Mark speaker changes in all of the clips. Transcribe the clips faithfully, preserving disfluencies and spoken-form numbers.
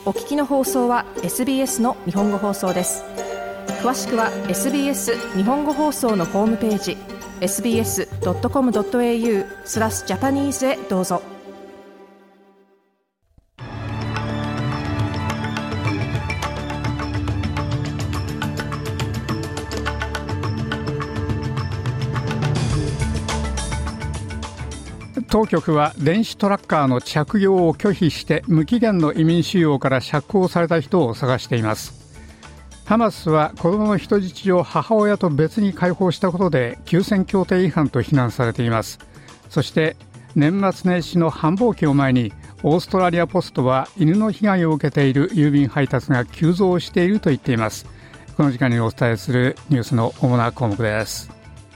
Speaker 1: お聞きの放送は エスビーエス の日本語放送です。詳しくは エスビーエス 日本語放送のホームページ エスビーエスドットコムドットエーユー スラスジャパニーズへどうぞ。
Speaker 2: 当局は電子トラッカーの着用を拒否して無期限の移民収容から釈放された人を探しています。ハマスは子どもの人質を母親と別に解放したことで休戦協定違反と非難されています。そして年末年始の繁忙期を前にオーストラリアポストは犬の被害を受けている郵便配達が急増していると言っています。この時間にお伝えするニュースの主な項目です。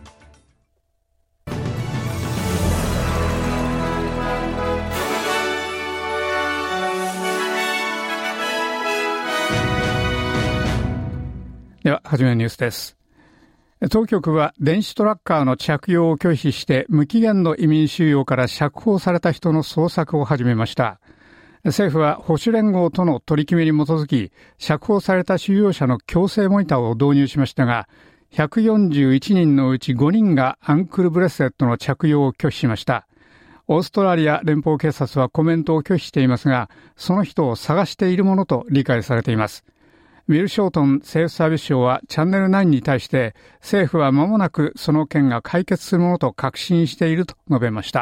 Speaker 2: では初めのニュースです。当局は電子トラッカーの着用を拒否して無期限の移民収容から釈放された人の捜索を始めました。政府は保守連合との取り決めに基づき釈放された収容者の強制モニターを導入しましたが、ひゃくよんじゅういちにんのうちごにんがアンクルブレスレットの着用を拒否しました。オーストラリア連邦警察はコメントを拒否していますが、その人を探しているものと理解されています。ウィル・ショートン政府サービス相はチャンネルナインに対して政府は間もなくその件が解決するものと確信していると述べました。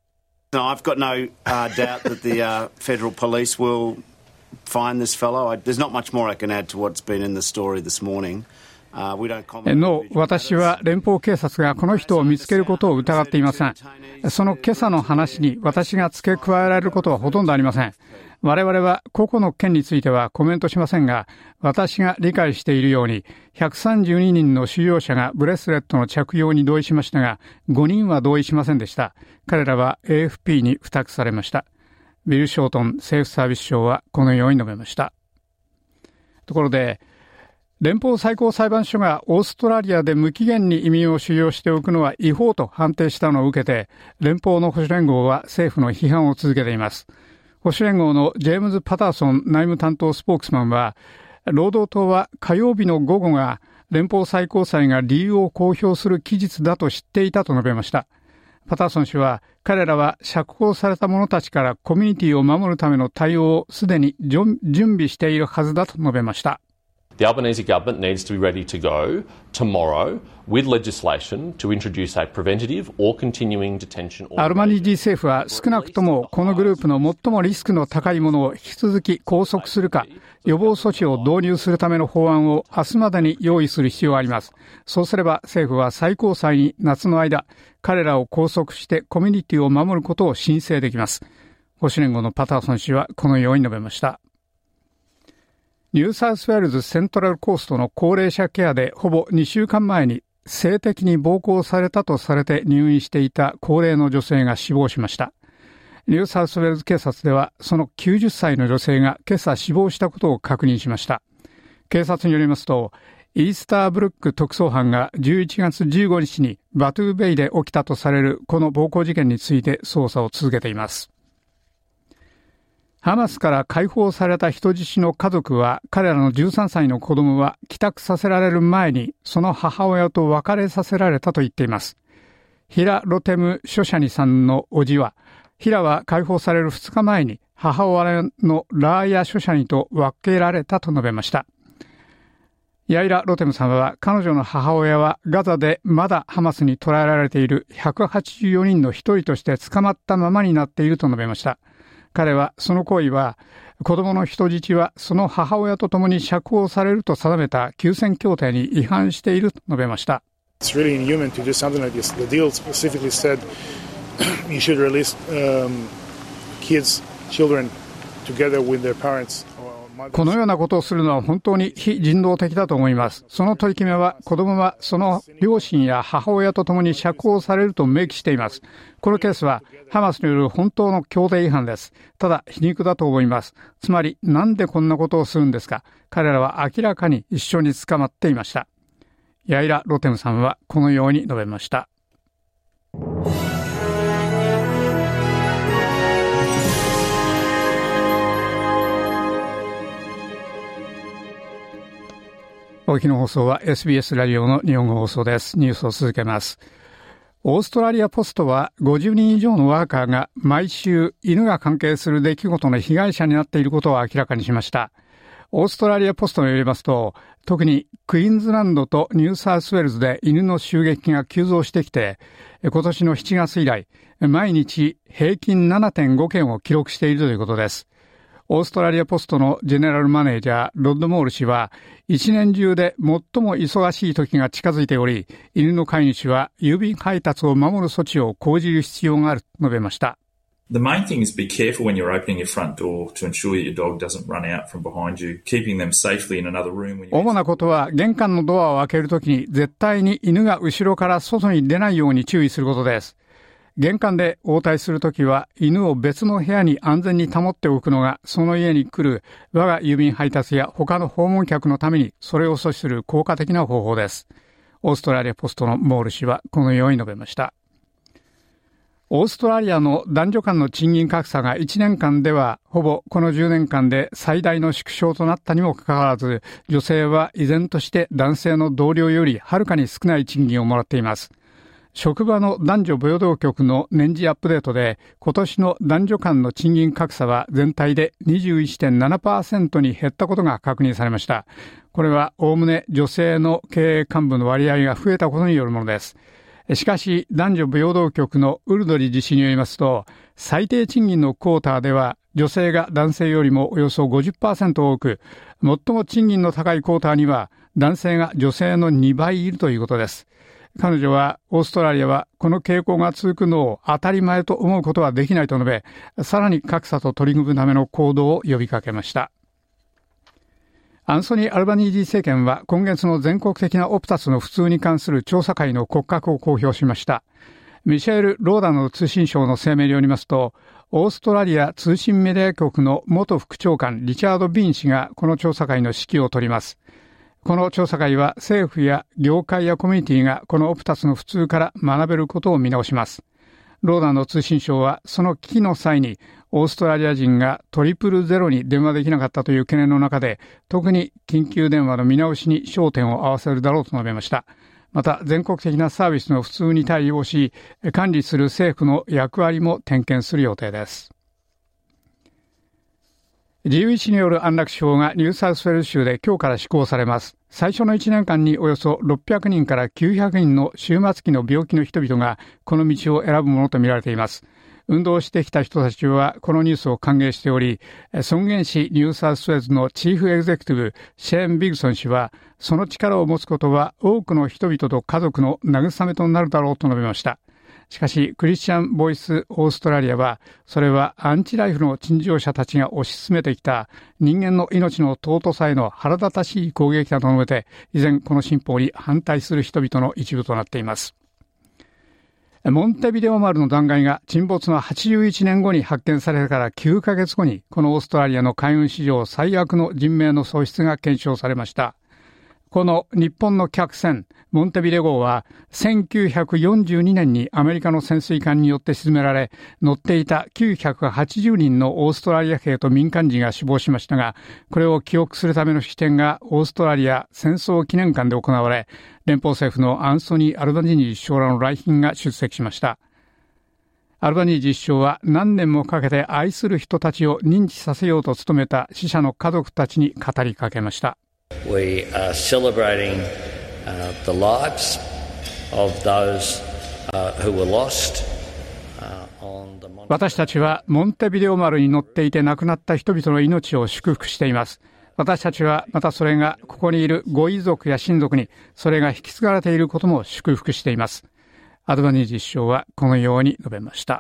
Speaker 3: No, I've got no、uh, doubt that the、uh, federal police will find this fellow. I, there's not much more I can add to what's been in the story this morning.
Speaker 2: の私は連邦警察がこの人を見つけることを疑っていません。その今朝の話に私が付け加えられることはほとんどありません。我々は個々の件についてはコメントしませんが、私が理解しているようにひゃくさんじゅうににんの収容者がブレスレットの着用に同意しましたが、ごにんは同意しませんでした。彼らは エーエフピー に付託されました。ウィル・ショートン政府サービス相はこのように述べました。ところで連邦最高裁判所がオーストラリアで無期限に移民を収容しておくのは違法と判定したのを受けて、連邦の保守連合は政府の批判を続けています。保守連合のジェームズ・パターソン内務担当スポークスマンは、労働党は火曜日の午後が連邦最高裁が理由を公表する期日だと知っていたと述べました。パターソン氏は、彼らは釈放された者たちからコミュニティを守るための対応をすでに準備しているはずだと述べました。
Speaker 4: The Albanese government needs to be ready to go tomorrow with legislation to introduce a preventative or continuing detention order.
Speaker 2: アルバニージー政府は少なくともこのグループの最もリスクの高いものを引き続き拘束するか、予防措置を導入するための法案を明日までに用意する必要があります。そうすれば政府は最高裁に夏の間、彼らを拘束してコミュニティを守ることを申請できます。保守連合のパターソン氏はこのように述べました。ニューサウスウェールズセントラルコーストの高齢者ケアでほぼにしゅうかんまえに性的に暴行されたとされて入院していた高齢の女性が死亡しました。ニューサウスウェールズ警察ではそのきゅうじゅっさいの女性が今朝死亡したことを確認しました。警察によりますと、イースターブルック特捜班がじゅういちがつじゅうごにちにバトゥーベイで起きたとされるこの暴行事件について捜査を続けています。ハマスから解放された人質の家族は、彼らのじゅうさんさいの子供は帰宅させられる前にその母親と別れさせられたと言っています。ヒラ・ロテム・ショシャニさんの叔父は、ヒラは解放されるふつかまえに母親のラーヤ・ショシャニと分けられたと述べました。ヤイラ・ロテムさんは、彼女の母親はガザでまだハマスに捕らえられているひゃくはちじゅうよにんの一人として捕まったままになっていると述べました。彼はその行為は子供の人質はその母親と共に釈放されると定めた休戦協定に違反していると述べました。
Speaker 5: It's really inhuman to do something like this. The deal specifically said you should release、um, kids, children together with their parents.
Speaker 2: このようなことをするのは本当に非人道的だと思います。その取り決めは、子供はその両親や母親と共に釈放されると明記しています。このケースはハマスによる本当の協定違反です。ただ皮肉だと思います。つまりなんでこんなことをするんですか。彼らは明らかに一緒に捕まっていました。ヤイラ・ロテムさんはこのように述べました。 お聞きの放送は エスビーエス ラジオの日本語放送です。ニュースを続けます。オーストラリアポストはごじゅうにん以上のワーカーが毎週犬が関係する出来事の被害者になっていることを明らかにしました。オーストラリアポストによりますと、特にクイーンズランドとニューサウスウェールズで犬の襲撃が急増してきて、今年のしちがつ以来、毎日平均 ななてんご 件を記録しているということです。オーストラリアポストのジェネラルマネージャーロッド・モール氏は、一年中で最も忙しい時が近づいており、犬の飼い主は郵便配達を守る措置を講じる必要があると述べました。
Speaker 6: The main thing is be careful when you're opening your front door to ensure that your dog doesn't run out from behind you, keeping them safely in another room when you...
Speaker 2: 主なことは、玄関のドアを開けるときに絶対に犬が後ろから外に出ないように注意することです。玄関で応対するときは、犬を別の部屋に安全に保っておくのが、その家に来る我が郵便配達や他の訪問客のためにそれを阻止する効果的な方法です。オーストラリアポストのモール氏はこのように述べました。オーストラリアの男女間の賃金格差がいちねんかんではほぼこのじゅうねんかんで最大の縮小となったにもかかわらず、女性は依然として男性の同僚よりはるかに少ない賃金をもらっています。職場の男女平等局の年次アップデートで、今年の男女間の賃金格差は全体で にじゅういちてんななパーセント に減ったことが確認されました。これはおおむね女性の経営幹部の割合が増えたことによるものです。しかし、男女平等局のウルドリ自氏によりますと、最低賃金のクォーターでは女性が男性よりもおよそ ごじゅっパーセント 多く、最も賃金の高いクォーターには男性が女性のにばいいるということです。彼女は、オーストラリアはこの傾向が続くのを当たり前と思うことはできないと述べ、さらに格差と取り組むための行動を呼びかけました。アンソニー・アルバニージー政権は今月の全国的なオプタスの普通に関する調査会の骨格を公表しました。ミシェール・ローダの通信省の声明によりますと、オーストラリア通信メディア局の元副長官リチャード・ビーン氏がこの調査会の指揮を執ります。この調査会は政府や業界やコミュニティがこのオプタスの普通から学べることを見直します。ローダの通信省はその危機の際にオーストラリア人がトリプルゼロに電話できなかったという懸念の中で、特に緊急電話の見直しに焦点を合わせるだろうと述べました。また全国的なサービスの普通に対応し、管理する政府の役割も点検する予定です。自由意志による安楽死法がニューサウスウェールズ州で今日から施行されます。最初のいちねんかんにおよそろっぴゃくにんからきゅうひゃくにんの終末期の病気の人々がこの道を選ぶものとみられています。運動してきた人たちはこのニュースを歓迎しており、尊厳死ニューサウスウェールズのチーフエグゼクティブシェーン・ビグソン氏は、その力を持つことは多くの人々と家族の慰めとなるだろうと述べました。しかし、クリスチャン・ボイス・オーストラリアは、それはアンチライフの陳情者たちが推し進めてきた人間の命の尊さへの腹立たしい攻撃だと述べて、依然この新法に反対する人々の一部となっています。モンテビデオ丸の残骸が沈没のはちじゅういちねんごに発見されてからきゅうかげつごに、このオーストラリアの海運史上最悪の人命の喪失が検証されました。この日本の客船モンテビデ号はせんきゅうひゃくよんじゅうにねんにアメリカの潜水艦によって沈められ、乗っていたきゅうひゃくはちじゅうにんのオーストラリア兵と民間人が死亡しましたが、これを記憶するための式典がオーストラリア戦争記念館で行われ、連邦政府のアンソニー・アルバニージー首相らの来賓が出席しました。アルバニージー首相は何年もかけて愛する人たちを認知させようと努めた死者の家族たちに語りかけました。
Speaker 7: We are celebrating uh, the lives of those uh, who were lost uh, on the Mon-
Speaker 2: 私たちはモンテビデオ丸に乗っていて亡くなった人々の命を祝福しています。私たちはまたそれがここにいるご遺族や親族にそれが引き継がれていることも祝福しています。アルバニージー首相はこのように述べました。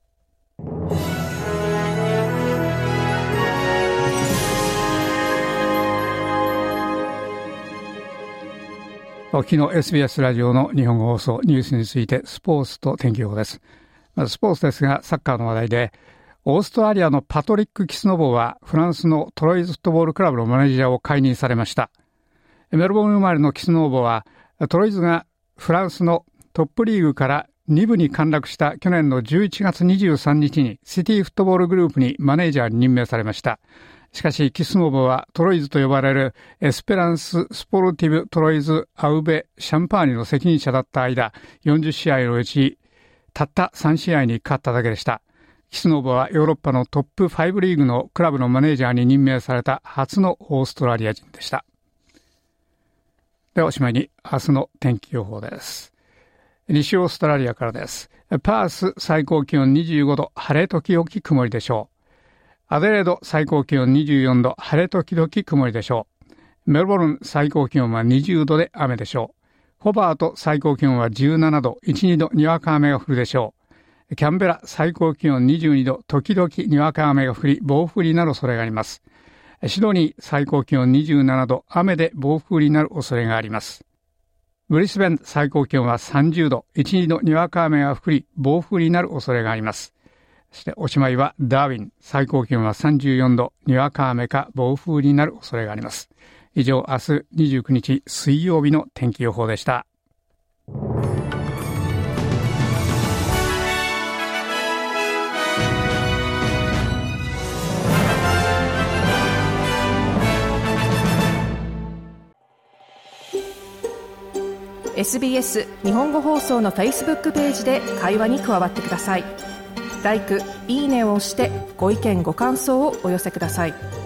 Speaker 2: お聞きの エスビーエス ラジオの日本語放送ニュースについてスポーツと天気予報です。まずスポーツですが、サッカーの話題で、オーストラリアのパトリック・キスノボーはフランスのトロイズフットボールクラブのマネージャーを解任されました。メルボルン生まれのキスノボーは、トロイズがフランスのトップリーグからに部に陥落した去年のじゅういちがつにじゅうさんにちにシティフットボールグループにマネージャーに任命されました。 しかしキスノーボはトロイズと呼ばれるエスペランス・スポルティブ・トロイズ・アウベ・シャンパーニの責任者だった間、よんじゅっしあいのうちたったさんしあいに勝っただけでした。キスノーボはヨーロッパのトップごリーグのクラブのマネージャーに任命された初のオーストラリア人でした。ではおしまいに明日の天気予報です。西オーストラリアからです。パース最高気温にじゅうごど、晴れ時々曇りでしょう。アデレード最高気温にじゅうよんど、晴れ時々曇りでしょう。メルボルン最高気温はにじゅうどで雨でしょう。ホバート最高気温はじゅうななど、いち、にどにわか雨が降るでしょう。キャンベラ最高気温にじゅうにど、時々にわか雨が降り、暴風になる恐れがあります。シドニー最高気温にじゅうななど、雨で暴風になる恐れがあります。ブリスベン最高気温はさんじゅうど、いち、にどにわか雨が降り、暴風になる恐れがあります。そしておしまいはダーウィン、最高気温はさんじゅうよんど、にわか雨か暴風になる恐れがあります。以上、明日にじゅうくにち水曜日の天気予報でした。
Speaker 1: エスビーエス 日本語放送の Facebook ページで会話に加わってください。ライク、いいねを押してご意見ご感想をお寄せください。